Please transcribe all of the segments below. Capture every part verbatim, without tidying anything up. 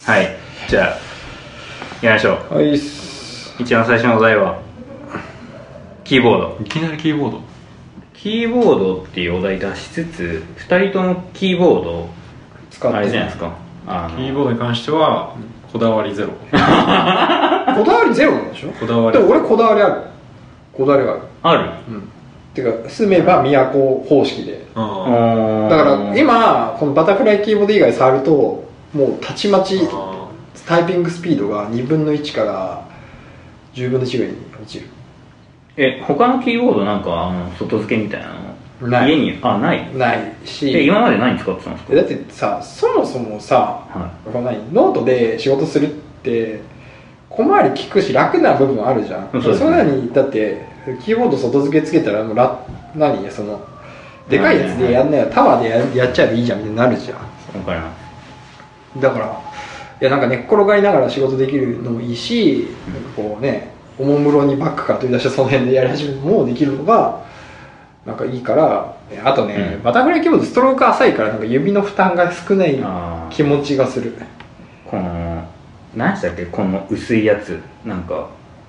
はい、じゃあやりましょう。 はい。 一番最初のお題はキーボード。 いきなりキーボード。 キーボードっていうお題出しつつ、ふたりともキーボード使ってあれじゃないですか。あのキーボードに関してはこだわりゼロ。 こだわりゼロなんでしょ。 こだわりでも俺こだわりある。こだわりがある。 ある。 うんてか住めば都方式で、 あだから今このバタフライキーボード以外触るともうたちまちあタイピングスピードがにぶんのいちからじゅうぶんのいちぐらいに落ちる。 え、他のキーボードなんかあの外付けみたいなのない家にあないないし、 え、今まで何使ってたんですか。 だってさ、そもそもさ、 はこの何ノートで仕事するって小回り利くし楽な部分あるじゃん。 そうですね。 それなのにだってキーボード外付けつけたらもうラ何そのでかいやつでやんないよ、タワーで や, やっちゃえばいいじゃんみたいになるじゃん。 わかりまだからいやなんか寝っ転がりながら仕事できるのもいいし、なんかこうねおもむろにバックから取り出してその辺でやり始めるのもできるのがなんかいいから。あとね、うん、バタフライキーボードストローク浅いからなんか指の負担が少ない気持ちがする。 この何でしたっけ、この薄いやつ、なんか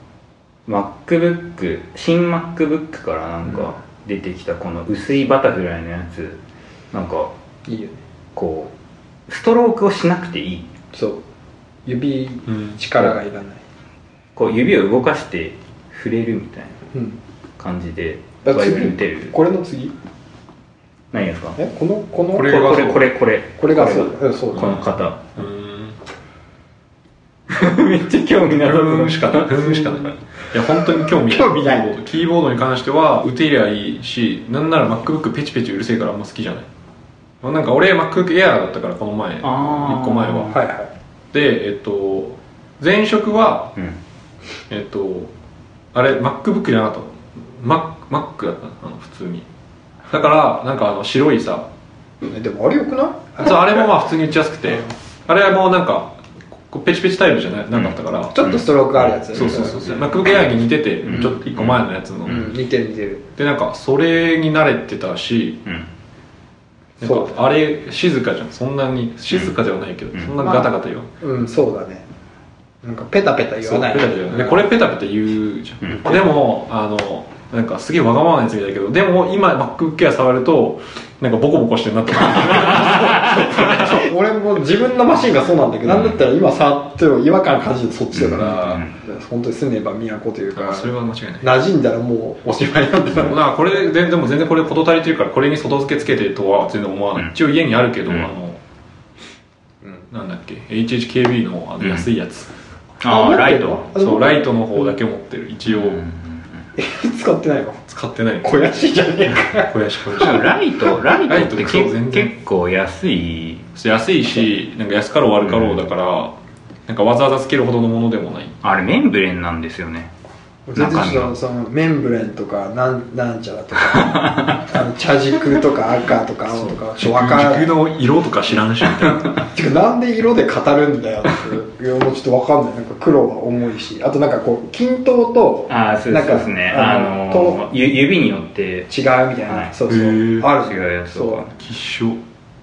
MacBook 新 MacBook からなんか出てきたこの薄いバタフライのやつ、なんかいいよね。 こうストロークをしなくていい。 そう指力がいらない、うん、 こう指を動かして触れるみたいな感じでバイブル打てる。 これの次何ですか。 えこのこのこれこれこれこれこれがそう、そうこの型。 うーんめっちゃ興味ない。 ふーんしかない。ふーんしかない。いや本当に興味ない。 興味ない。 キーボードに関しては打てりゃいいし、なんなら MacBook ペチペチうるせえからあんま好きじゃない。なんか俺 MacBook Air だったからこの前いっこまえは。 はいはい。 でえっと前職は、うん、えっとあれ MacBook じゃなかったの。Mac, Mac だったあの普通に。だからなんかあの白いさ、 でもあれよくない？ そうあれもまあ普通に打ちやすくて、あれはもうなんかペチペチタイプじゃ な, なかったから、うん、 ちょっとストロークあるやつ、 うん、そうそうそうそう、MacBook Air に似てて、うん、ちょっといっこまえのやつの、 うん、似てる似てる。 でなんかそれに慣れてたし、うん、なんかあれ静かじゃん。そんなに静かではないけど、うん、そんなガタガタ言わん、 まあ、うんそうだね。なんかペタペタ言わない。 そうペタペタ言わない。でこれペタペタ言うじゃん、うん、でもあのなんかすげえわがままなやつみたいだけど、でも今 MacBook Air 触るとなんかボコボコしてるなって俺も自分のマシンがそうなんだけど、うん、なんだったら今触っても違和感感じるそっちだから、うん、本当に住めば都というか、 それは間違いない。 馴染んだらもうおしまいなんだから。 だからこれででも全然これ事足りてるからこれに外付けつけてとは全然思わない、うん、一応家にあるけど、うん、あの、うん、なんだっけ エイチエイチケービー の, あの安いやつ、 うん、ああライト。 そうライトの方だけ持ってる一応、うん使ってないの？ 使ってない。 肥やしじゃねえか。 肥やし肥やし。 ライトライトって結構安い安いし、なんか安かろう悪かろうだから、うん、なんかわざわざつけるほどのものでもない。 あれメンブレンなんですよね。 全然そのメンブレンとかなんなんちゃらとかあの茶軸とか赤とか青とか分からない。軸の色とか知らんしみたいな。 てかなんで色で語るんだよっていうのちょっと分かんない。なんか黒は重いし、あとなんかこう均等とあそうですね、あのー、指によって違うみたいな、はい、そうそうある違うやつとか希少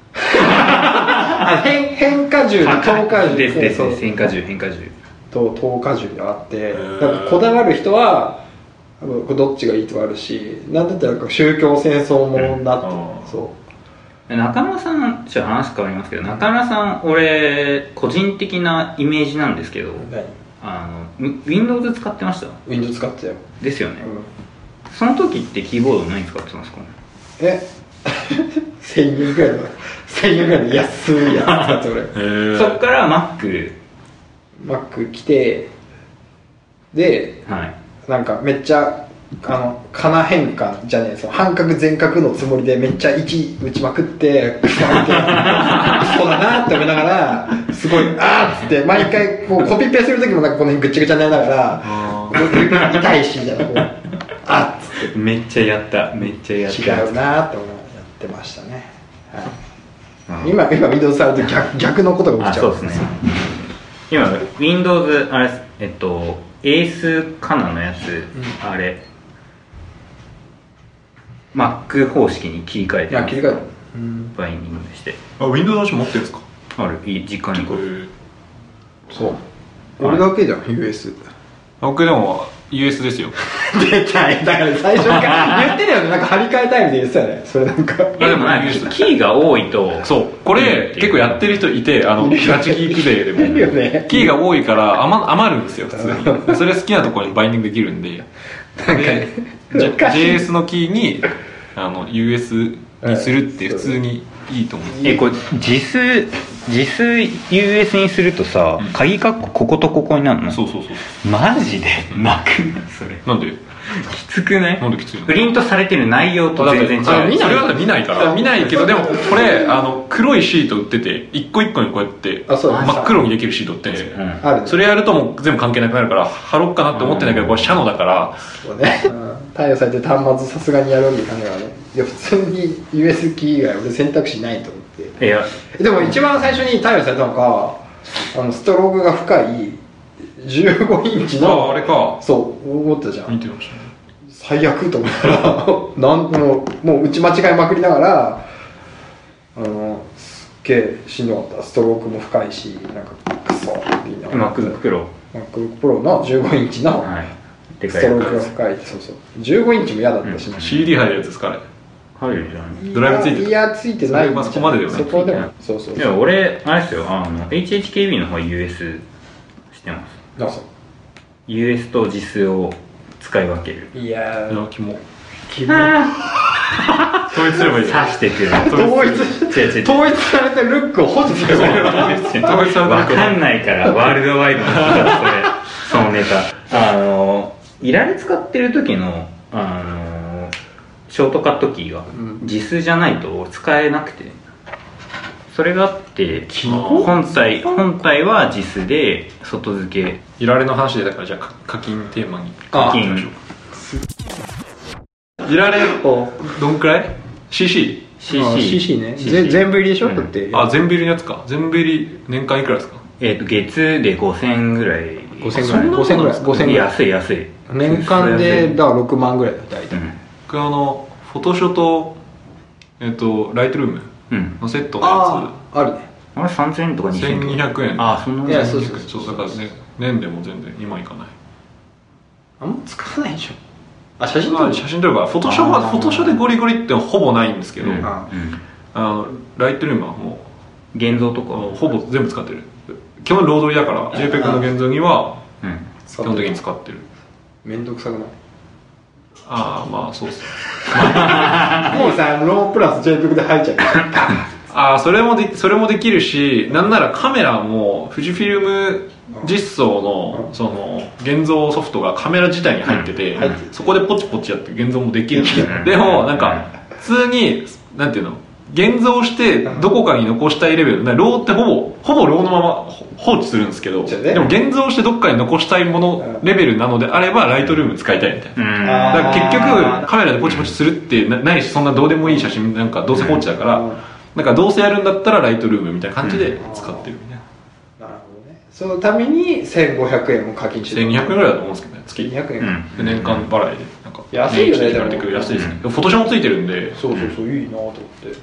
変変化銃と等価銃ですですです変化銃変化銃と等価銃があって、なんかこだわる人はどっちがいいとかあるし、なんだったら宗教戦争ものだって、うん、 そう中村さんちょっと話変わりますけど、中村さん俺個人的なイメージなんですけど、あの Windows 使ってました？ Windows 使ってたよ。 ですよね、うん、その時ってキーボード何使ってたんですか？ えせんえんぐらいのせんえんぐらいの安いやつ使って俺そっから Mac Mac 来てで、はい、なんかめっちゃあのかな変換じゃねえその半角全角のつもりでめっちゃいち打ちまくってクソだなって思いながらすごいあーっつって毎回こうコピペする時もなんかこの辺ぐっちゃぐちゃになりながら痛いしみたいなこうあっつってめっちゃやっためっちゃやった違うなって思いながらやってましたね、はい、今今 Windows 触ると 逆, 逆のことが起きちゃう。 そうですね今 Windows あれえっとエースカナのやつ、うん、あれ Mac 方式に切り替えてます。 いや切り替えた、 うん、バインディングして。 あ Windows 持ってるんですか？ あるいい実家に。 そう俺だけじゃん ユーエス。 僕でも ユーエス ですよ。 出たい。だから最初から言ってるよね。なんか張り替えタイムで言ってたよね。それなんかいやでもなんかキーが多いとそうこれ結構やってる人いて、あのガチキープデーでもいるよね。 キーが多いから余余るんですよ普通に。それ好きなところにバインディングできるんで、なんかねジェイエス のキーにあの ユーエス にするって普通にいいと思う。 えこれ実数実数 ユーエス にするとさ、うん、鍵括弧こことここになるの？ そうそうそう。 マジでなくないそれ？ なんで？ きつくない？ なんできついの？ プリントされてる内容と全然違う。 それは見ないから見ないけど、でもこれあの黒いシート売ってて一個一個にこうやって真っ黒にできるシート売ってんですよ、うん、それやるともう全部関係なくなるから貼ろっかなって思ってんだけど、これシャノだからそうね、貸与されて端末さすがにやろうって感じだからね。いや普通に ユーエス キー以外俺選択肢ないと思って。いやでも一番最初に貸与されたのがあのストロークが深いじゅうごインチのああれかそう思ったじゃん。 見てましたね。 最悪と思ったらなんもうもう打ち間違いまくりながらあのすっげえしんどかった。ストロークも深いしなんかクソって言いながら MacBook Pro MacBook Pro のじゅうごインチのストロークが深い、そうそうじゅうごインチも嫌だったし、うん、 シーディー 入るやつですかね。 入るじゃん。 ドライブついてる。 いやついてないんじゃん。 そこまでだよね。 そこでもそうそう。 でも俺あれですよ、あの エイチエイチケービー の方は ユーエス してます。 どうぞ。 ユーエス と実数を使い分ける。 いやーキモキモ統一すればいい。 刺してくる。 統一統一されたルックを保持すればいい。 統一された分かんないからワールドワイドのそれそのネタ。あのいられ使ってる時のあのショートカットキーが実数じゃないと使えなくて、それがあって本体本体は実数で外付け。 いられの話でだからじゃあ課金テーマに課金。 いられどんくらい シーシー？ シーシー シーシー ね。全部入りでしょ、うん、だってあ全部入りのやつか。全部入り年間いくらですか？ えっ、ー、と月でごせんえんぐらい。 ごせんぐらいごせんぐらいごせんぐらい安い安い。 年間でだからろくまんぐらいだ大体、うん、 僕あのフォトショーとえっ、ー、とライトルームのセットのやつ、うん、 ああるね。 あれさんぜんえんとかにせんえんとかせんにひゃくえん。 あそんなに。 いやそうそうそうそうだからね年でも全然にまんいかない。 あんま使わないでしょ。あ写真撮る写真撮るからフォトショーはフォトショーでゴリゴリってほぼないんですけど、うん、あのライトルームはもう現像とかほぼ全部使ってる。基本ロードリだから ジェイペッグ の現像には基本的に使ってる。 めんどくさくない？ ああまあそうっすねもうさロープラス ジェイペッグ で入っちゃうああそれもでそれもできるし、なんならカメラも富士フィルム実装のその現像ソフトがカメラ自体に入ってて、うん、そこでポチポチやって現像もできる。でもなんか普通になんていうの現像してどこかに残したいレベル、ローってほぼほぼローのまま放置するんですけど、でも現像してどっかに残したいものレベルなのであればライトルーム使いたいみたいな。だから結局カメラでポチポチするってないし、そんなどうでもいい写真なんかどうせ放置だから、なんかどうせやるんだったらライトルームみたいな感じで使ってるみたいな。 なるほどね。そのためにせんごひゃくえんも課金してる。 せんにひゃくえんぐらいだと思うんですけどね、月にひゃくえん、 うん、年間払いでなんか安いよね。 でも安いですね。フォトショーもついてるんで。 そうそうそう、いいなと思って。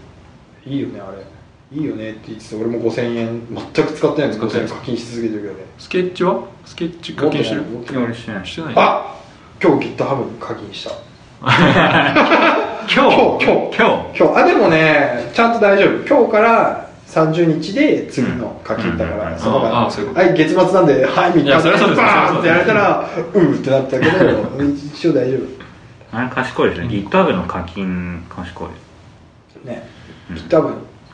いいよねあれ。いいよねって言ってて、俺もごせんえん全く使ってないんです。ごせんえん課金し続けてるけどね。 スケッチはスケッチ課金してる？ 俺してない。 してない。 あ、今日 GitHub に課金した今日今日今日今日あでもねちゃんと大丈夫。今日からさんじゅうにちで次の課金だから、うん、そのがはい月末なんではいみっかでバーンってやれたらうーってなったけど一応大丈夫。 あれ賢いですね、うん、GitHub の課金賢いですね。うん、GitHub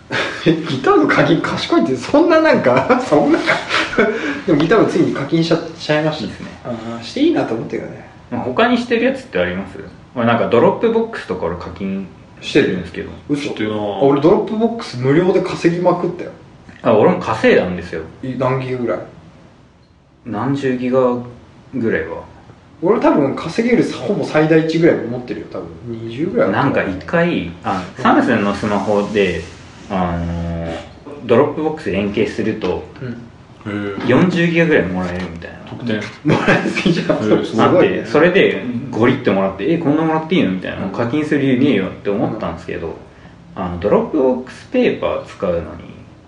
GitHub の課金賢いってそんななんかそんなでも GitHub ついに課金しちゃ、しちゃいましたですね。あしていいなと思ってるからね。 他にしてるやつってあります？なんかドロップボックスとか俺課金してるんですけど。 嘘っていうのは俺ドロップボックス無料で稼ぎまくったよ。 あ、俺も稼いだんですよ。 何ギガぐらい？ 何十ギガぐらいは。 俺多分稼げるほぼ最大値ぐらい持ってるよ。多分にじゅうぐらい。 なんか一回あサムスンのスマホであのドロップボックス連携すると、うん、よんじゅうギガぐらいもらえるみたいな特典もらいすぎじゃん。 あって、それでゴリってもらってえこんなもらっていいのみたいな、課金する理由ねえよって思ったんですけど、あのドロップボックスペーパー使うのに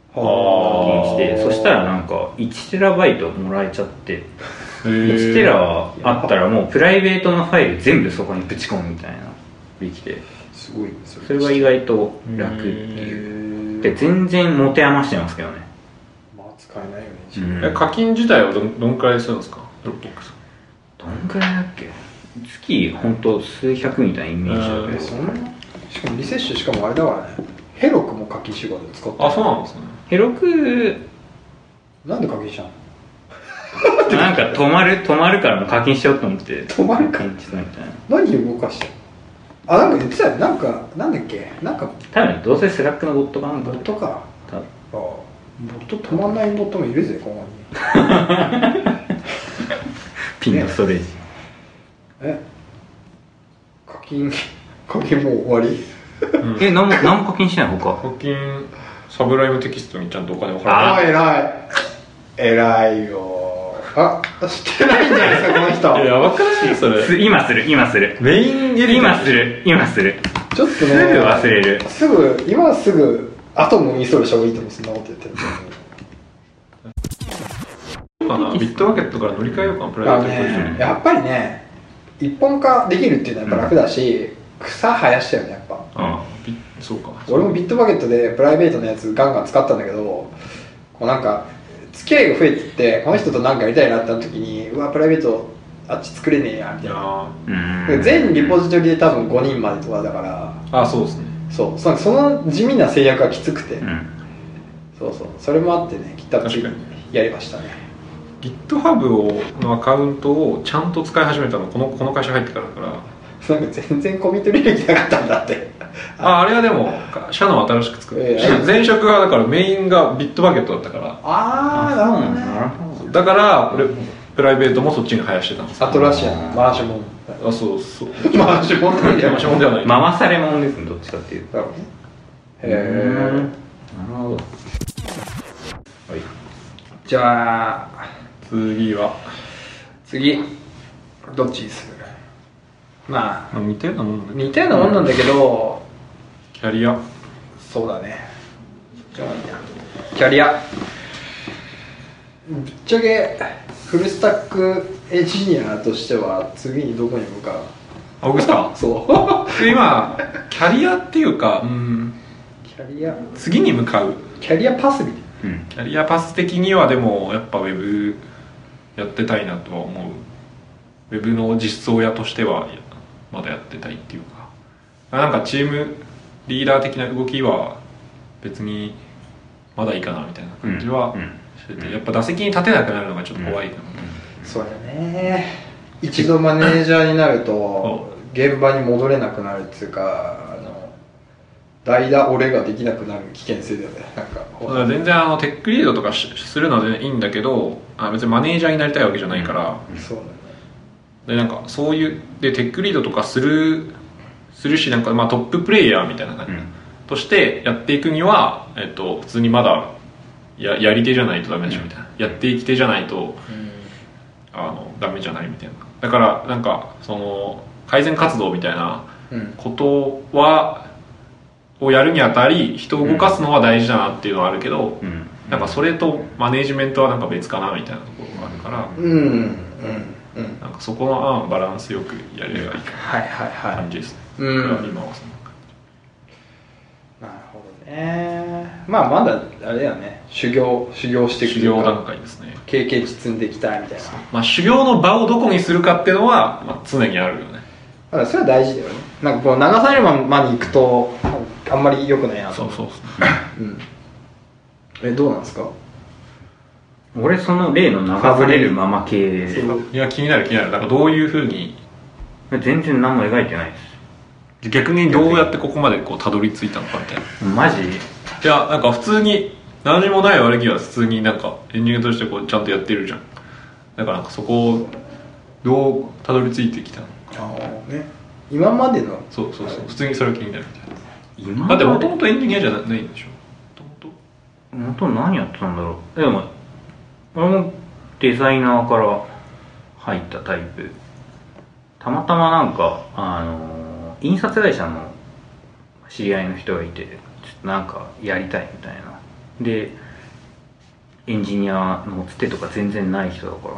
課金して、そしたらなんかいちテラバイトもらえちゃって、いちテラあったらもうプライベートのファイル全部そこにぶち込むみたいなできて、 すごい。 それは意外と楽っていう。で全然持て余してますけどね。 まあ使えないよね。 うん、え課金自体は ど, どんくらいするんですか、ドロップボックス。 どんくらいだっけ、月本当数百みたいなイメージだけど、 そんな。しかもリセッシュしかもあれだからね、ヘロクも課金してるから使ってる。 あ、そうなんですね。 ヘロクなんで課金したの？ なんか止まる止まるからもう課金しようと思って止まるかみたいな。 何動かしてる？あ、なんか言ってたよ。なんかなんだっけ、なんか多分どうせスラックのボットかなんか。 ボットか。 多分ああ、ボット止まんないボットもいるぜここに。 ピンのストレージ、ね、 え課金課金もう終わり？ うん、え何も何も課金しないほか。 課金サブライムテキストにちゃんとお金を払う。 ああ偉い偉いよ。あ、知ってないんじゃないですかこの人。 やばくないそれ。 今する今するメインエリ今する今するちょっとね、すぐ忘れる。 すぐ今すぐアトムインストールした方がいいと思う。そんなこと言ってるかな。ビットバケットから乗り換えようかな、プライベートポジションに。 やっぱりね、一本化できるっていうのはやっぱ楽だし、うん、草生やしたよねやっぱ。 ああ、そうか。 俺もビットバケットでプライベートのやつガンガン使ったんだけど、こうなんか付き合いが増えてって、この人と何かやりたいなってなった時に、うわプライベートあっち作れねえやみたいな。全リポジトリで多分ごにんまでとかだから。 あ、そうですね。 そう、その地味な制約がきつくて、うん、そうそう、それもあってね、GitHub やりましたね。 GitHub のアカウントをちゃんと使い始めたのこのこの会社入ってからだから。 なんか全然コミット履歴なかったんだって。 ああれはでも社の新しく作って、えー、前職はだからメインがビットバケットだったから。 ああ、なるほどね。 だから俺プライベートもそっちに生やしてたんです。 アトラシアン、回しもん。 あ、そうそう。 回しもんなんだよ。 回しもんではない。 回されもんですね、どっちかっていうと。へえ。なるほど。はい。じゃあ次は次どっちにする？まあ似たようなもんだ似たようなもんなんだけど、 キャリア。 そうだね。じゃあキャリア。ぶっちゃけフルスタックエンジニアとしては次にどこに向かう？ あ、僕ですか？ そう今キャリアっていうか、うん、 キャリア次に向かうキャリアパスみたいな、 うん、キャリアパス的にはでもやっぱウェブやってたいなとは思う。ウェブの実装屋としてはまだやってたいっていうか、なんかチームリーダー的な動きは別にまだいいかなみたいな感じはしてて、うんうん、やっぱ打席に立てなくなるのがちょっと怖いかな、うんうん、そうだね。一度マネージャーになると現場に戻れなくなるっていうか、あの代打俺ができなくなる危険性だよね。なんか全然あのテックリードとかするのは全然いいんだけど、あ別にマネージャーになりたいわけじゃないから、 うん、そうだね。 でなんかそういうでテックリードとかするするし、なんかまあトッププレイヤーみたいな感じ、うん、としてやっていくには、えっと、普通にまだ や, やり手じゃないとダメでしょみたいな、うん、やっていき手じゃないと、うん、あのダメじゃないみたいな。だからなんかその改善活動みたいなことは、うん、をやるにあたり人を動かすのは大事だなっていうのはあるけど、うん、なんかそれとマネージメントはなんか別かなみたいなところがあるから、 うんうんうん、なんかそこのバランスよくやればいいかな感じですね。 はいはいはい、うん、今はその感じ。なるほどね。まあまだあれだよね、修行修行していく修行段階ですね。 経験値積んでいきたいみたいな。 まあ修行の場をどこにするかっていうのは、まあ、常にあるよね。 だからそれは大事だよね。なんかこう流されるままに行くとあんまり良くないなと。 そうそうそう、 うん、えどうなんですか？ 俺その例の流されるまま系、 いや気になる気になる。なんかどういうふうに。 全然何も描いてないです。 逆にどうやってここまでこうたどり着いたのかみたいな。 マジ？ いやなんか普通に何もない悪気は普通になんかエンジニアとしてこうちゃんとやってるじゃん。だからなんかそこをどうたどり着いてきたのか。 ああね。今までの。 そうそうそう、普通にそれが気になるみたいな。だってもともとエンジニアじゃないんでしょ。 もともと何やってたんだろう。でも俺もデザイナーから入ったタイプ。たまたまなんかあの印刷会社の知り合いの人がいて、ちょっとなんかやりたいみたいなでエンジニアのつてとか全然ない人だから、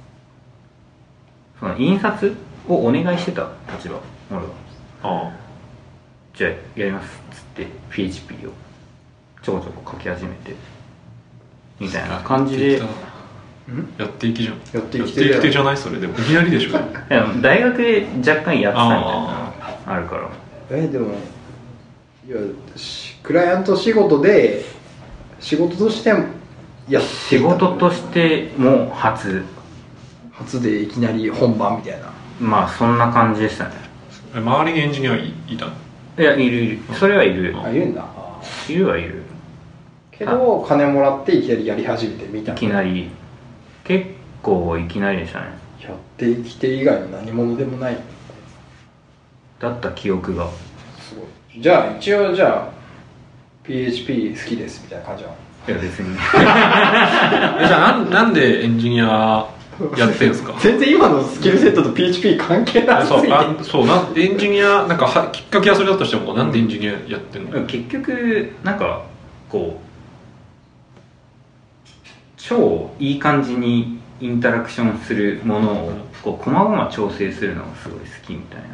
その印刷をお願いしてた立場俺は。ああじゃあやりますっつって ピーエイチピー をちょこちょこ書き始めてみたいな感じでやっていきじゃん。 やっていきてやっていきてじゃない？それでもいきなりでしょ。 大学で若干やってたみたいなのあるから。 えでもいやクライアント仕事で仕事としてやって仕事としても初初でいきなり本番みたいな。 まあそんな感じでしたね。 周りにエンジニアいたの？ いやいるいる、それはいる。 あいるんだ。 いるはいるけど金もらっていきなりやり始めてみたいな。 いきなり結構いきなりでしたね。 やっていきて以外の何者でもないだった記憶がすごい。じゃあ一応じゃあ ピーエイチピー 好きですみたいな感じなの？ いや別にじゃあなんなんでエンジニアやってんすか？ 全然今のスキルセットと ピーエイチピー 関係なさすぎて。 そうあそうなエンジニアなんかはきっかけはそれだとしてもなんでエンジニアやってんの？ 結局なんかこう超いい感じにインタラクションするものをこう細々調整するのがすごい好きみたいな。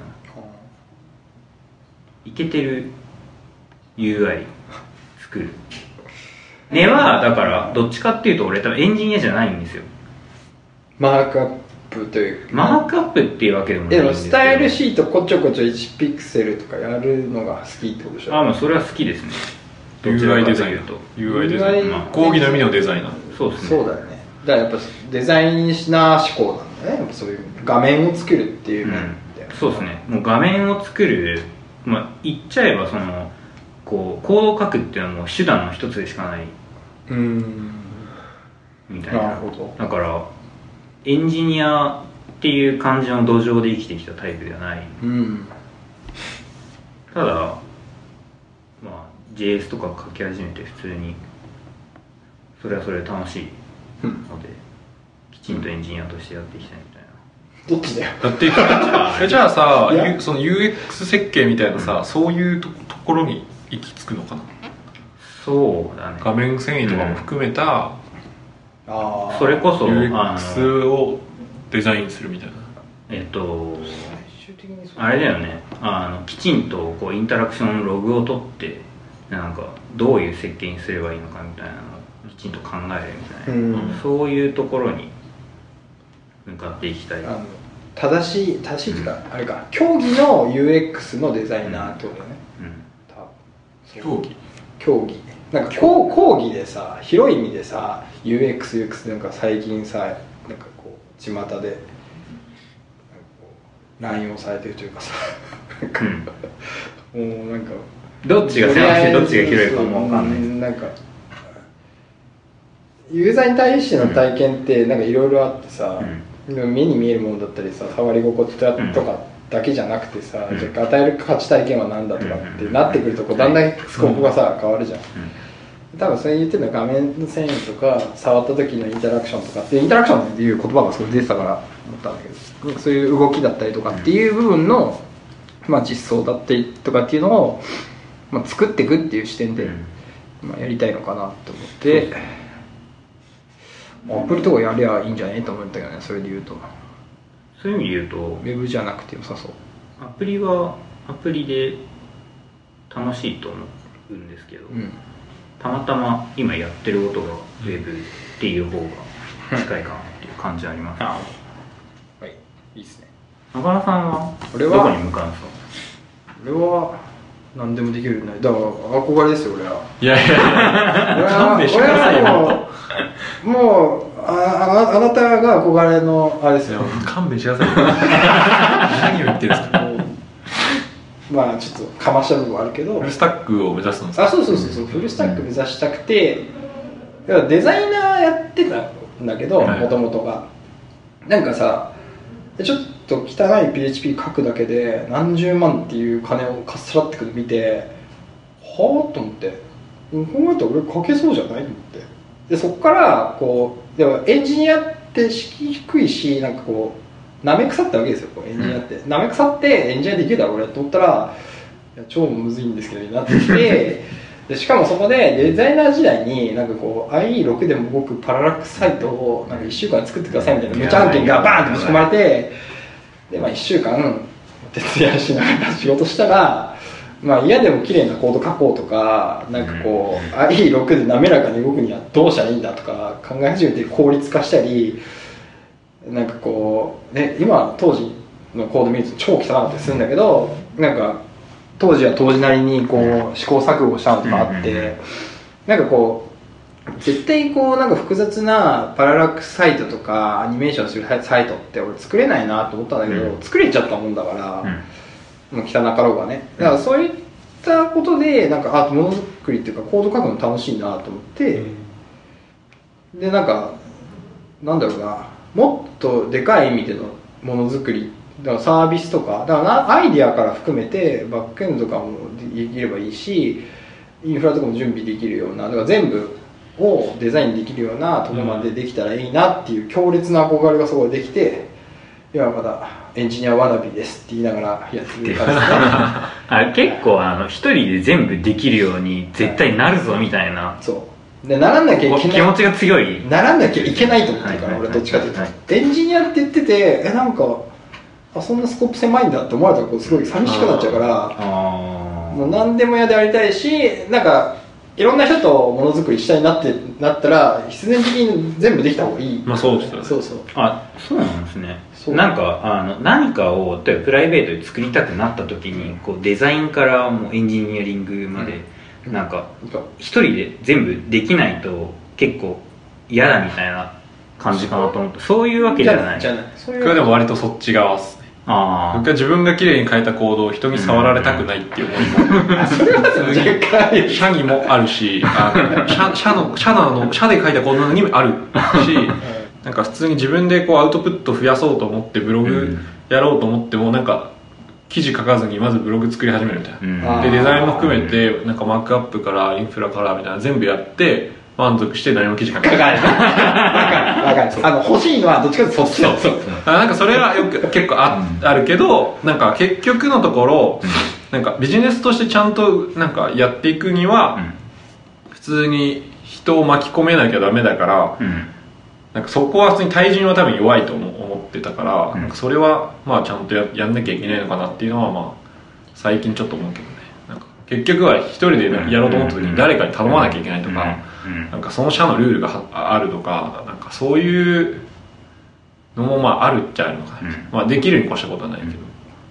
イケてる ユーアイ 作る。根はだからどっちかっていうと俺多分エンジニアじゃないんですよ。 マークアップというかマークアップっていうわけでもないんですけど、 スタイルシートこちょこちょいちピクセルとかやるのが好きってことでしょ？ ああまあそれは好きですね。 ユーアイ デザインと ユーアイ デザイン、まあ、講義の意味のデザイナー。 そうですね。 そうだよね。だからやっぱデザイナー思考なんだね。やっぱそういう画面を作るっていう面で、 うん、そうですね。もう画面を作る、まあ言っちゃえばそのこうコードを書くっていうのはもう手段の一つでしかない。 うーんみたいな。 なるほど。 だからエンジニアっていう感じの土壌で生きてきたタイプではない。 うん。 ただまあ ジェイエス とか書き始めて普通にそれはそれで楽しいので、きちんとエンジニアとしてやっていきたいみたいな。 どっちだよ。 だってじゃあさ、その ユーエックス 設計みたいなさ、うん、そういうところに行き着くのかな。 そうだね。 画面遷移とかも含めた、うん、 あそれこそユーエックス をデザインするみたいな。 えっとあれだよね。あのきちんとこうインタラクションログを取ってなんかどういう設計にすればいいのかみたいなのをきちんと考えるみたいな、うん、そういうところに向かっていきたい。 あの正しい正しいっていうか、うん、あれか競技の ユーエックス のデザイナーってことだよね。 うん、競技競技なんか講義でさ広い意味でさ ユーエックス、ユーエックス なんか最近さなんかこう巷で乱用されてるというかさなんか、うん、もうなんかどっちが狭くてどっちが広いかも分かんない。 なんかユーザーに対しての体験ってなんかいろいろあってさ、うん、目に見えるものだったりさ触り心地とかだけじゃなくてさ、うん、じゃあ与える価値体験は何だとかってなってくるとこうだんだんスコープがさ変わるじゃん。多分それ言ってるのは画面の遷移とか触った時のインタラクションとかってインタラクションっていう言葉がそれ出てたから思ったんだけど、そういう動きだったりとかっていう部分の、まあ、実装だったりとかっていうのを、まあ、作っていくっていう視点で、まあ、やりたいのかなと思って、アプリとかやりゃいいんじゃないと思ったけどね。それで言うとそういう意味で言うとウェブじゃなくて良さそう。 アプリはアプリで楽しいと思うんですけど、うん、たまたま今やってることがウェブっていう方が近いかなっていう感じあります、ね、 あはい、いいですね。 中野さんは俺はどこに向かうんですか？ 俺は何でもできるようになる。だから憧れですよ俺は。 いやいやいや勘弁してくださいよ。 もう、もうあ, あなたが憧れのあれですよ。 勘弁してくださいよ何を言ってるんですか。 まあちょっとかました部分はあるけどフルスタックを目指すんですか？ あ、そうそうそうそう、フルスタック目指したくて、うん、デザイナーやってたんだけどもともとがなんかさちょっと汚い ピーエイチピー 書くだけで何十万っていう金をかっさらってくるの見てはぁと思って、こうやって俺書けそうじゃないと思って、でそこからこうでもエンジニアって敷居低いしなんかこうなめ腐ったわけですよ、こうエンジニアって、うん、なめ腐ってエンジニアできるだろう俺と思ったらいや超むずいんですけどなってきてでしかもそこでデザイナー時代になんかこう アイイーろく でも動くパララックスサイトをなんかいっしゅうかん作ってくださいみたいな無茶案件がバーンってぶち込まれて、で、まあ、いっしゅうかん徹夜しながら仕事したら、まあ、嫌でも綺麗なコード書こうとか、なんかこう アイイーろく で滑らかに動くにはどうしたらいいんだとか考え始めて効率化したり、なんかこうね、今当時のコード見ると超汚かったりするんだけど、なんか当時は当時なりにこう試行錯誤したのとかあって、なんかこう絶対こうなんか複雑なパララックスサイトとかアニメーションするサイトって俺作れないなと思ったんだけど、作れちゃったもんだから、もう汚かろうがね。だからそういったことでなんかあものづくりっていうかコード書くの楽しいなと思って、でなんかなんだろうな、もっとでかい意味でのものづくりだからサービスとかだからなアイディアから含めてバックエンドとかもできればいいし、インフラとかも準備できるようなだから全部をデザインできるようなところまでできたらいいなっていう強烈な憧れがそこでできて、今まだエンジニアわなびですって言いながらやってる感じですね。 あ結構あの一人で全部できるように絶対なるぞみたいな、 そうでならなきゃいけない気持ちが強い、 ならなきゃいけないと思ってるから、俺どっちかというとエンジニアって言っててえなんかあそんなスコープ狭いんだって思われたらこうすごい寂しくなっちゃうから、あもう何でも屋でありたいし、なんかいろんな人とものづくりしたいなってなったら必然的に全部できた方がいい。 まあそうですよね。 そうそう。 あそうなんですね。なんかあの何かを例えばプライベートで作りたくなった時にこうデザインからもうエンジニアリングまで、うん、なんか一人で全部できないと結構嫌だみたいな感じかなと思って、そういうわけじゃない。 じゃない。 僕はでも割とそっち側っすね。あ僕は自分が綺麗に書いたコードを人に触られたくないっていう思いも、 それは社にもあるし、あの社社の社の社で書いたコードにもあるし、なんか普通に自分でこうアウトプット増やそうと思ってブログやろうと思ってもなんか記事書かずにまずブログ作り始めるみたいな、うん、でデザインも含めてなんかマークアップからインフラからみたいな全部やって満足して何も記事書かない。 わかるわかる。あの欲しいのはどっちかというとそっちだ。 そうそうあなんかそれはよく結構 あ,、うん、あるけど、なんか結局のところ、うん、なんかビジネスとしてちゃんとなんかやっていくには、うん、普通に人を巻き込めなきゃダメだから、うん、なんかそこは普通に対人は多分弱いと思ってたから、うん、なんかそれはまあちゃんと や, やんなきゃいけないのかなっていうのはまあ最近ちょっと思うけどね。なんか結局は一人でやろうと思った時に誰かに頼まなきゃいけないとか、なんかその社のルールがあるとか、なんかそういうのもまああるっちゃあるのかな、うん、まあできるに越したことはないけど、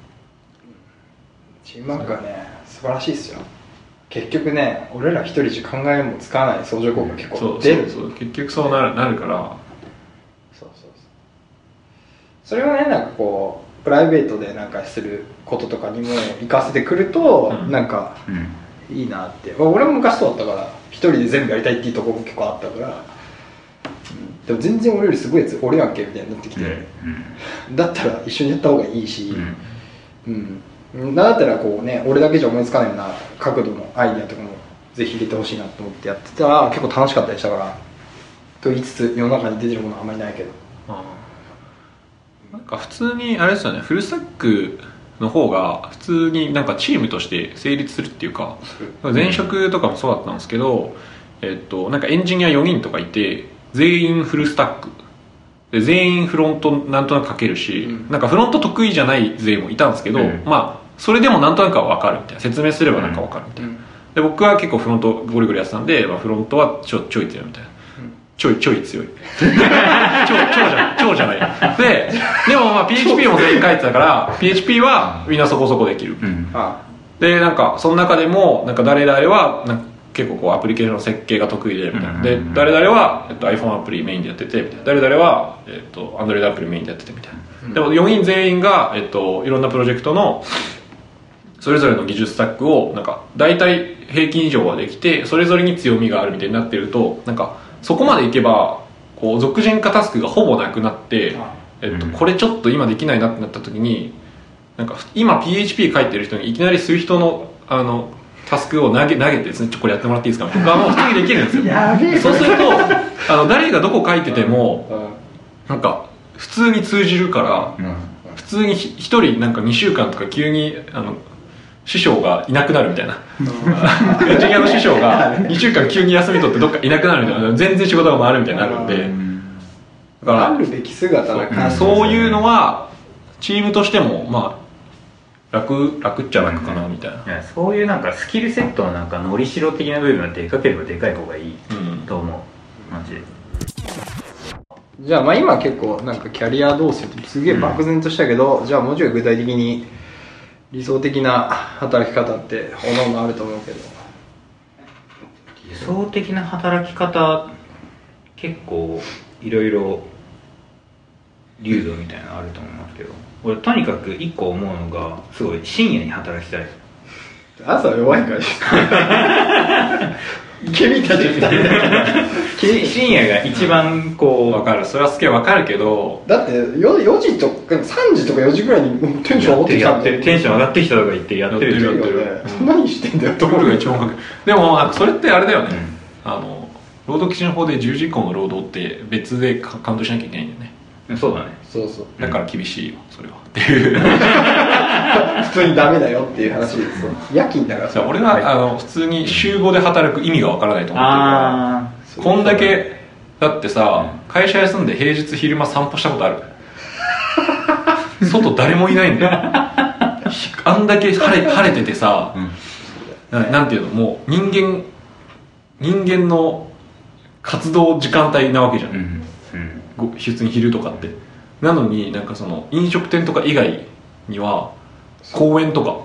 チームワークはね素晴らしいですよ。結局ね俺ら一人じゃ考えもつかない相乗効果結構出る、 うん、そうそうそう結局そうなる、なるからそうそうそう。それはねなんかこうプライベートでなんかすることとかにも活かせてくると、うん、なんか、うん、いいなって。俺も昔そうだったから一人で全部やりたいっていうところも結構あったから、うん、でも全然俺よりすごいやつ俺やんけみたいになってきて、うん、だったら一緒にやった方がいいし、うんうん、だったらこうね俺だけじゃ思いつかないような角度のアイディアとかもぜひ入れてほしいなと思ってやってたら結構楽しかったりしたから、と言いつつ世の中に出てるものはあんまりないけど、あなんか普通にあれですよね、フルスタックの方が普通になんかチームとして成立するっていうか、前職とかもそうだったんですけど、えっとなんかエンジニアよにんとかいて全員フルスタックで全員フロントなんとなく書けるし、うん、なんかフロント得意じゃない勢もいたんですけど、うん、まあそれでもなんとなくは分かるみたいな、説明すればなんか分かるみたいな、うん、で僕は結構フロントゴリゴリやってたんで、まあ、フロントはちょちょい強いみたいな、ちょいちょい強い超, 超じゃない超じゃないででもまあ ピーエイチピー も全員書いてたから ピーエイチピー はみんなそこそこできる、うん、でなんかその中でもなんか誰々はなんか結構こうアプリケーションの設計が得意でみたいな、うん、で誰々は、えっと、iPhone アプリメインでやっててみたいな、誰々は、えっと、Android アプリメインでやっててみたいな、うん、でもよにん全員が、えっと、いろんなプロジェクトのそれぞれの技術スタックをなんか大体平均以上はできてそれぞれに強みがあるみたいになってると、なんかそこまでいけばこう属人化タスクがほぼなくなって、えっと、これちょっと今できないなってなった時になんか今 ピーエイチピー 書いてる人にいきなりスイフトのあのタスクを投げ投げてですね、ちょこれやってもらっていいですかとかもう普通にできるんですよそうするとあの誰がどこ書いててもなんか普通に通じるから、普通にひとりなんかにしゅうかんとか急にあの師匠がいなくなるみたいなエンジニアの師匠がにしゅうかん急に休み取ってどっかいなくなるみたいな、全然仕事が回るみたいになるんで、 だからあるべき姿な感じ、 そういうのはチームとしてもまあ楽楽っちゃ楽かなみたいな、うん、 いやそういうなんかスキルセットのなんかのりしろ的な部分がでかければでかい方がいいと思う、うん、マジで。 じゃあまあ今結構なんかキャリアどうするってすげえ漠然としたけど、うん、じゃあもうちょい具体的に理想的な働き方っておのおのあると思うけど、 理想的な働き方結構いろいろ流度みたいなのあると思いますけど、俺とにかく一個思うのがすごい深夜に働きたい。 朝弱いからです君たちみたいな深夜が一番こう、 分かる、それはすげえ分かるけど、 だって 4, よじとかさんじとかよじぐらいにテンション上がってきたんだよ。 テンション上がってきたとか言ってやってるやってるよね。 何してんだよところが一番分かる。でもそれってあれだよね、うん、あの労働基準法でじゅうじ以降の労働って別でカウントしなきゃいけないんだよね。 そうだね。 そうそう。 だから厳しいよそれはっていう普通にダメだよっていう話ですよ。夜勤だからさ。 俺は、はい、あの普通に週ごで働く意味がわからないと思ってるから、こんだけだってさ、会社休んで平日昼間散歩したことある外誰もいないんだよあんだけ晴れ、晴れててさ、うん、な, なんていうの、もう人間人間の活動時間帯なわけじゃん、うんうん、普通に昼とかって。なのになんかその飲食店とか以外には公園とか、うん、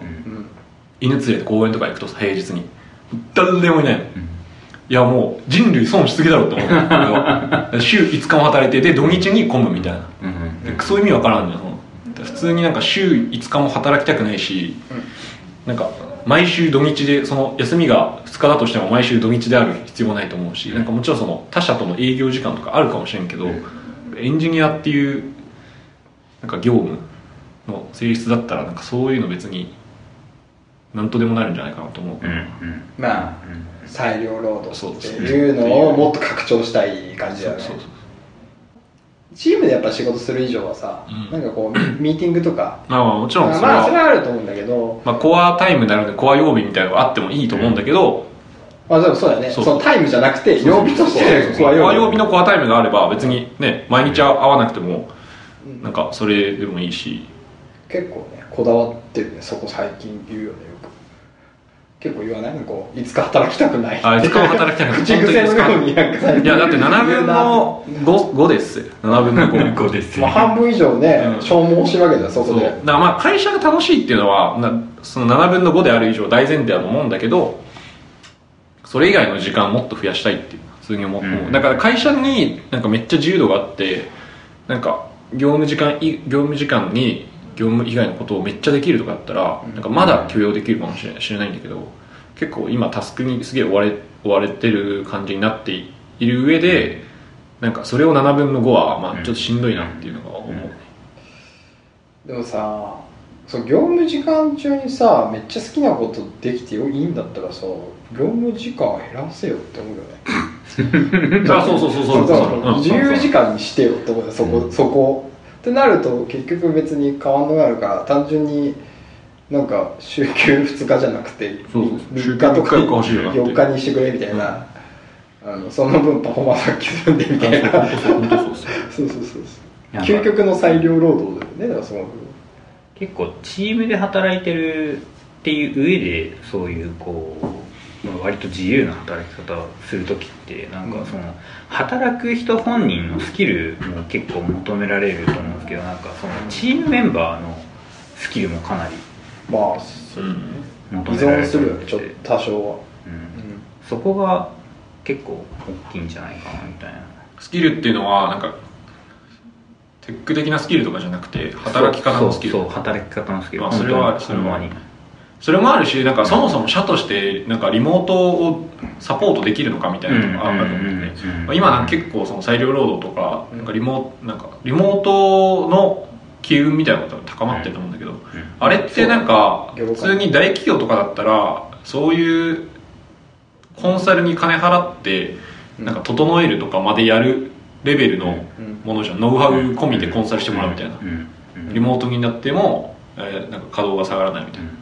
犬連れて公園とか行くとさ、平日に誰でもいないの、うん、いやもう人類損しすぎだろって思う週いつかも働いて、で土日に混むみたいな、うんうん、そういう意味わからんじゃん。普通になんか週いつかも働きたくないし、うん、なんか毎週土日で、その休みがふつかだとしても毎週土日である必要もないと思うし、なんかもちろんその他社との営業時間とかあるかもしれんけど、エンジニアっていうなんか業務の性質だったら、なんかそういうの別に何とでもなるんじゃないかなと思う、うんうん、 まあ、うん、裁量労働っていうのをもっと拡張したい感じだよね。そうそうそう、チームでやっぱ仕事する以上はさ、うん、なんかこうミーティングとかまあまあもちろんそれは、まあ、それはあると思うんだけど、 まあ、コアタイムになるのでコア曜日みたいなのがあってもいいと思うんだけど、 まあ、でもそうだね、 そ, そのタイムじゃなくて曜日としてコア曜日のコアタイムがあれば別にね、毎日会わなくてもなんかそれでもいいし、 結構ねこだわってるね、そこ最近言うよね、よく結構言わないの、こういつか働きたくない、 あいつか働きたくない口癖のようになんか、 いやだってななぶんの ご, ごですななぶんの ご, ごですまあ半分以上ね、うん、消耗してるわけだよそこで。そうだからまあ会社が楽しいっていうのはなそのななぶんのごである以上大前提だと思うんだけど、それ以外の時間をもっと増やしたいっていう普通に思う、うん、だから会社になんかめっちゃ自由度があって、なんか業務時間業務時間に業務以外のことをめっちゃできるとかだったら、なんかまだ許容できるかもしれない、知れないんだけど、結構今タスクにすげえ追われ追われてる感じになっている上で、なんかそれをななぶんのごはまあちょっとしんどいなっていうのが思う、うんうん、 でもさ、そう業務時間中にさめっちゃ好きなことできていいんだったらさ、業務時間減らせよって思うよねあ、そうそうそうそうそう自由時間にしてよって思うよ、そこ、うん、そこってなると結局別に変わんなくなるから、単純になんか週休ふつかじゃなくてみっかとかよっかにしてくれみたいな、うん、あのその分パフォーマンスが削んでみたいなそうそうそうそう究極の裁量労働だよね。だからその結構チームで働いてるっていう上でそういうこう割と自由な働き方をするときってなんかその働く人本人のスキルも結構求められると思うんですけど、なんかそのチームメンバーのスキルもかなりまあそうね、うん、依存するよね、ちょっと多少は、うんうん、 そこが結構大きいんじゃないかなみたいな。 スキルっていうのはなんかテック的なスキルとかじゃなくて働き方のスキル。 そうそうそう、働き方のスキル、 まあ、それはある、それもありそれもあるし、なんかそもそも社としてなんかリモートをサポートできるのかみたいなのがあると思うんで、今なんか結構その裁量労働とかなんかリモなんかリモートの機運みたいなことが高まってると思うんだけど、うんうん、あれってなんか普通に大企業とかだったらそういうコンサルに金払ってなんか整えるとかまでやるレベルのものじゃん、ノウハウ込みでコンサルしてもらうみたいな、リモートになっても、えー、なんか稼働が下がらないみたいな。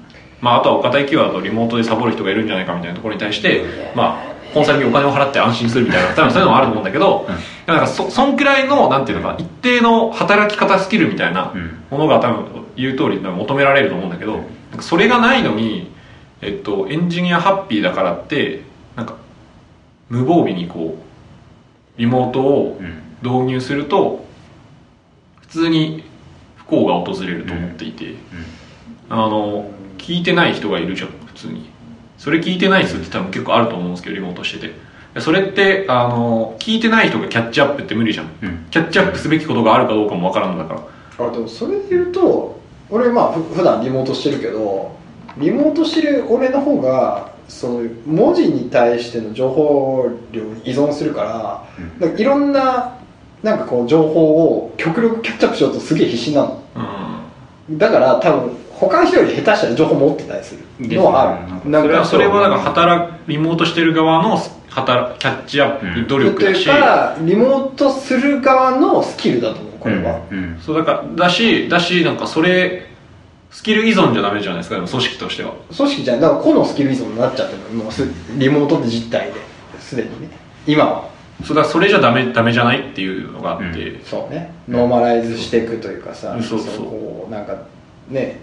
まあ、あとはお堅いキーワードとリモートでサボる人がいるんじゃないかみたいなところに対して、まあ、コンサルにお金を払って安心するみたいな多分そういうのもあると思うんだけど、うん、なんか そ, そんくらいのなんていうのか一定の働き方スキルみたいなものが多分言う通り求められると思うんだけど、なんかそれがないのに、えっと、エンジニアハッピーだからってなんか無防備にこうリモートを導入すると普通に不幸が訪れると思っていて、うんうん、あの聞いてない人がいるじゃん普通に。それ聞いてない人って多分結構あると思うんですけどリモートしてて、それってあの聞いてない人がキャッチアップって無理じゃん、うん、キャッチアップすべきことがあるかどうかもわからんのだから。 あでもそれで言うと俺まあふ普段リモートしてるけどリモートしてる俺の方がその文字に対しての情報量に依存するから、うん、なんかいろんななんかこう情報を極力キャッチアップしようとすげえ必死なの、うん、だから多分他の人より下手したら情報持ってたりするのはある。 なんかそれはなんか働リモートしてる側の働キャッチアップ努力だし、 というかリモートする側のスキルだと思うこれは、 うんうん、そうだからだしだしなんかそれスキル依存じゃダメじゃないですか。でも組織としては組織じゃないだから個のスキル依存になっちゃってるのもうリモートって実態ですでにね今は。 そうだそれじゃダメダメじゃないっていうのがあって、 うん、そうねノーマライズしていくというかさ、うん、そうそうこうなんかね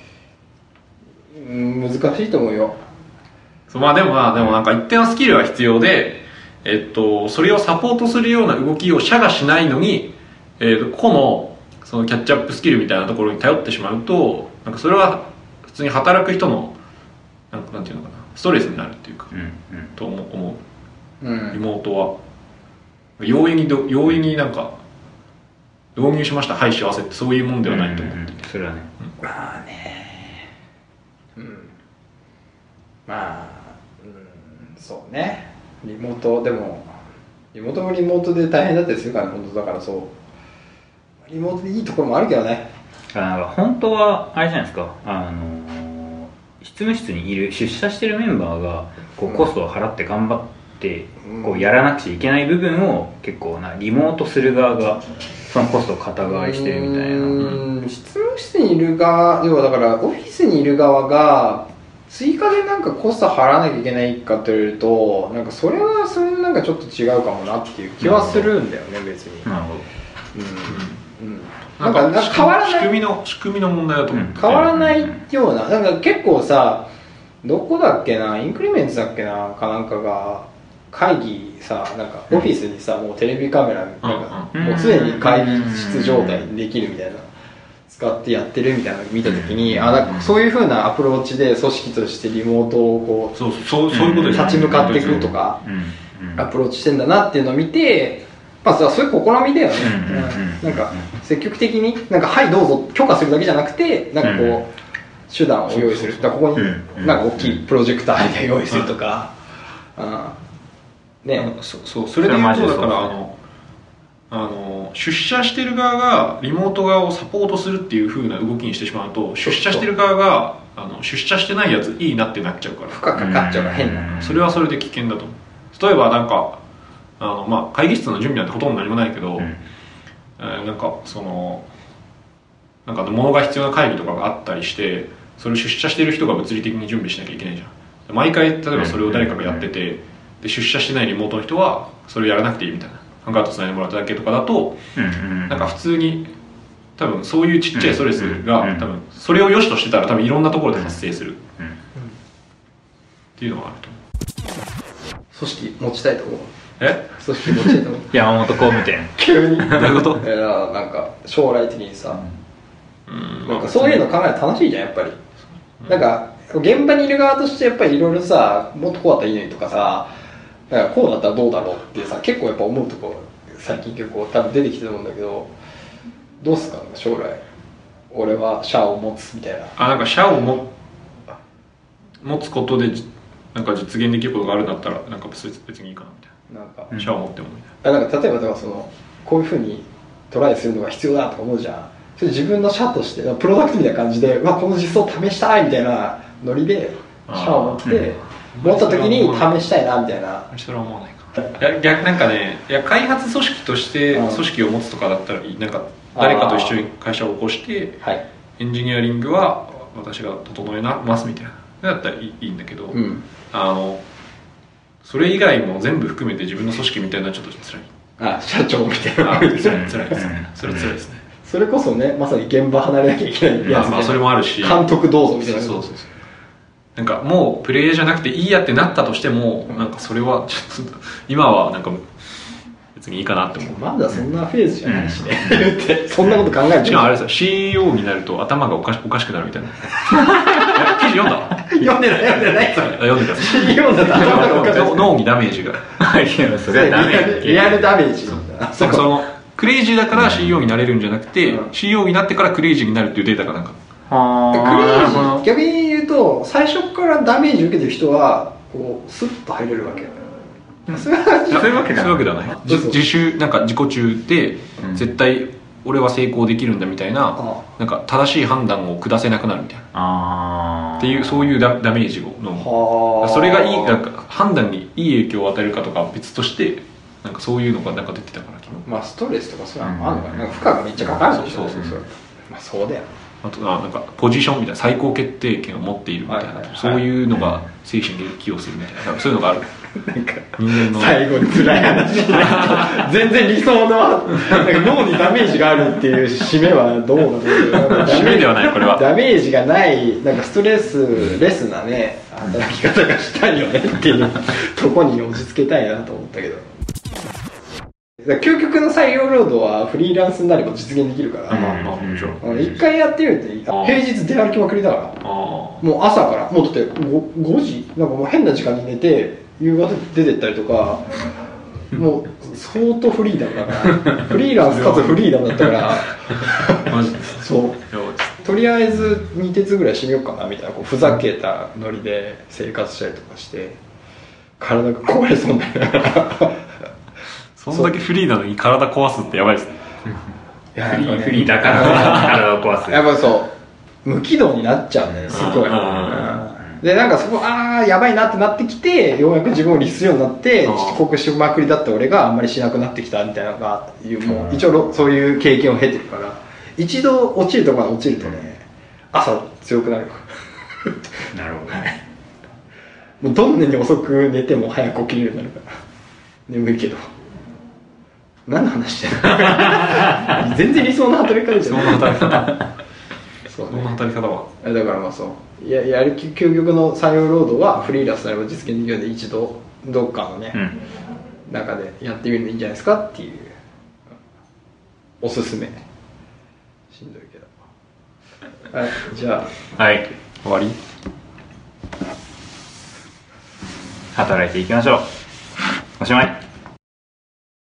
難しいと思うよ。 そうまあでもまあでもなんか一定のスキルは必要で、えっとそれをサポートするような動きを社がしないのに、えっと個のそのキャッチアップスキルみたいなところに頼ってしまうと、なんかそれは普通に働く人のなんかなんていうのかなストレスになるっていうか、うんうん、と思う。うん、リモートは容易にど容易になんか導入しましたはい幸せってそういうもんではないと思って、うんうん、 それはね、 うん、まあねまあ、うん、そうねリモートでもリモートもリモートで大変だったりするからね本当だからそうリモートでいいところもあるけどね。 あ本当はあれじゃないですかあの執務室にいる出社してるメンバーがこうコストを払って頑張ってこうやらなくちゃいけない部分を結構なリモートする側がそのコストを肩代わりしてるみたいな。 うん執務室にいる側要はだからオフィスにいる側が追加でなんかコスト払わなきゃいけないかというとなんかそれはそれなんかちょっと違うかもなっていう気はするんだよね別に。 なるほど。 うんうん、なんかなんか変わらない仕組みの仕組みの問題だと思う、うん、 変わらないようななんか結構さどこだっけなインクリメンツだっけなかなんかが会議さなんかオフィスにさもうテレビカメラなんかもう常に会議室状態にできるみたいな使ってやってるみたいなのを見たときにあなんかそういう風なアプローチで組織としてリモートをこうそうそうそういうこと立ち向かっていくとかアプローチしてんだなっていうのを見てまあそういう試みだよね。なんか積極的になんかはいどうぞ許可するだけじゃなくてなんかこう手段を用意するだからここになんか大きいプロジェクターで用意するとかあねそうそうそれで言うとだからあのあの出社してる側がリモート側をサポートするっていう風な動きにしてしまうと出社してる側があの出社してないやついいなってなっちゃうから負荷かかっちゃうから変なそれはそれで危険だと思う。例えばなんかあの、まあ、会議室の準備なんてほとんど何もないけど、うんえー、なんかそのなんか物が必要な会議とかがあったりしてそれを出社してる人が物理的に準備しなきゃいけないじゃん。毎回例えばそれを誰かがやっててで出社してないリモートの人はそれをやらなくていいみたいなハンガーとつないでもらっただけとかだと、うんうん、なんか普通に多分そういうちっちゃいストレスが、うんうん、多分それを良しとしてたら多分いろんなところで発生する、うんうん、っていうのがあると思う。 組織持ちたいと思う。 え組織持ちたいと思う山本工務店急にどういうこといやなんか将来的にさ、うん、なんかそういうの考えると楽しいじゃんやっぱり、うん、なんか現場にいる側としてやっぱりいろいろさもっとこうだったらいいのにとかさなんかこうだったらどうだろうってさ結構やっぱ思うとこ最近結構多分出てきてると思うんだけどどうすか将来俺は社を持つみたいなあなんか社をも持つことでなんか実現できることがあるんだったらなんか別にいいかなみたいななんか社を持ってもみたいなあなんか例えばだからそのこういうふうにトライするのが必要だとか思うじゃん。それ自分の社としてプロダクトみたいな感じでうわこの実装試したいみたいなノリで社を持って、うん持った時に試したいなみたいな。 それは思わないか。いや逆なんかねいや開発組織として組織を持つとかだったらいい。なんか誰かと一緒に会社を起こして、はい、エンジニアリングは私が整えますみたいなだったらいい、いいんだけど、 うん、 あのそれ以外も全部含めて自分の組織みたいなちょっと辛い。 あ、社長みたいな。 あ、辛い辛いですね。それは辛いですね。 それこそね、まさに現場離れなきゃいけないやつ、 まあ、まあそれもあるし、 監督どうぞみたいな。 そうそうそう。なんかもうプレイヤーじゃなくていいやってなったとしても、うん、なんかそれはちょっと今はなんか別にいいかなって思う。 まだそんなフェーズじゃないしね。うん、そんなこと考えてない。 しかもあれさ、シーイーオー になると頭がおかし、おかしくなるみたいな。記事読んだ？ 読んでない、読んでない。 読んでた。 シーイーオー だと頭がおかしくなる。 脳にダメージが。 それはダメージ。 リアルダメージ。 そのクレイジーだから シーイーオー になれるんじゃなくて、うん、シーイーオー になってからクレイジーになるっていうデータがなんか。 クレイジー、逆に言うと最初からダメージ受けてる人はこうスッと入れるわけ。 うん、そういうわけではない。自主なんか自己中で、うん、絶対俺は成功できるんだみたいな、なんか正しい判断を下せなくなるみたいなあっていうそういうダダメージをのそれがいいなんか判断にいい影響を与えるかとかは別としてなんかそういうのがなんか出てたから昨日。 まあストレスとかそういうのもあるのかな。なんか負荷がめっちゃかかるんでしょ。そうそうそうそう。まあそうだよ。 あとはなんかポジションみたいな最高決定権を持っているみたいな、はいはいはい、そういうのが精神に寄与するみたいなそういうのがある。 なんか人間の最後に辛い話全然理想のなんか脳にダメージがあるっていう締めはどうなの締めではないこれはダメージがないなんかストレスレスなね働き方がしたいよねっていうとこに落ち着けたいなと思ったけど究極の採用労働はフリーランスになれば実現できるから、まあまあもちろん一回やってみるって平日出歩きまくりだからもう朝からもうだって 5, ごじなんかもう変な時間に寝て夕方出てったりとかもう相当フリーダムだからフリーランスかつフリーダムだったからマジそうとりあえずに鉄ぐらい締めようかなみたいなこうふざけたノリで生活したりとかして体が壊れそうになるそんだけフリーなのに体壊すってやばいですねいやフリー、ね、フリーだから体を壊すやっぱそう無軌道になっちゃうんだよねすごいでなんかそこああやばいなってなってきてようやく自分を律するようになって遅刻しまくりだった俺があんまりしなくなってきたみたいなのがいうもう一応そういう経験を経てるから一度落ちるところまで落ちるとね朝強くなるなるほどねもうどんなに遅く寝ても早く起きれるようになるから眠いけど何の話してる全然理想の働き方じゃない理想の働き方そうね、その働き方はだからまあそうややる究極の採用労働はフリーランスならば実現できるので一度どっかのね、うん、中でやってみるのいいんじゃないですかっていうおすすめしんどいけどはいじゃあはい終わり働いていきましょうおしまい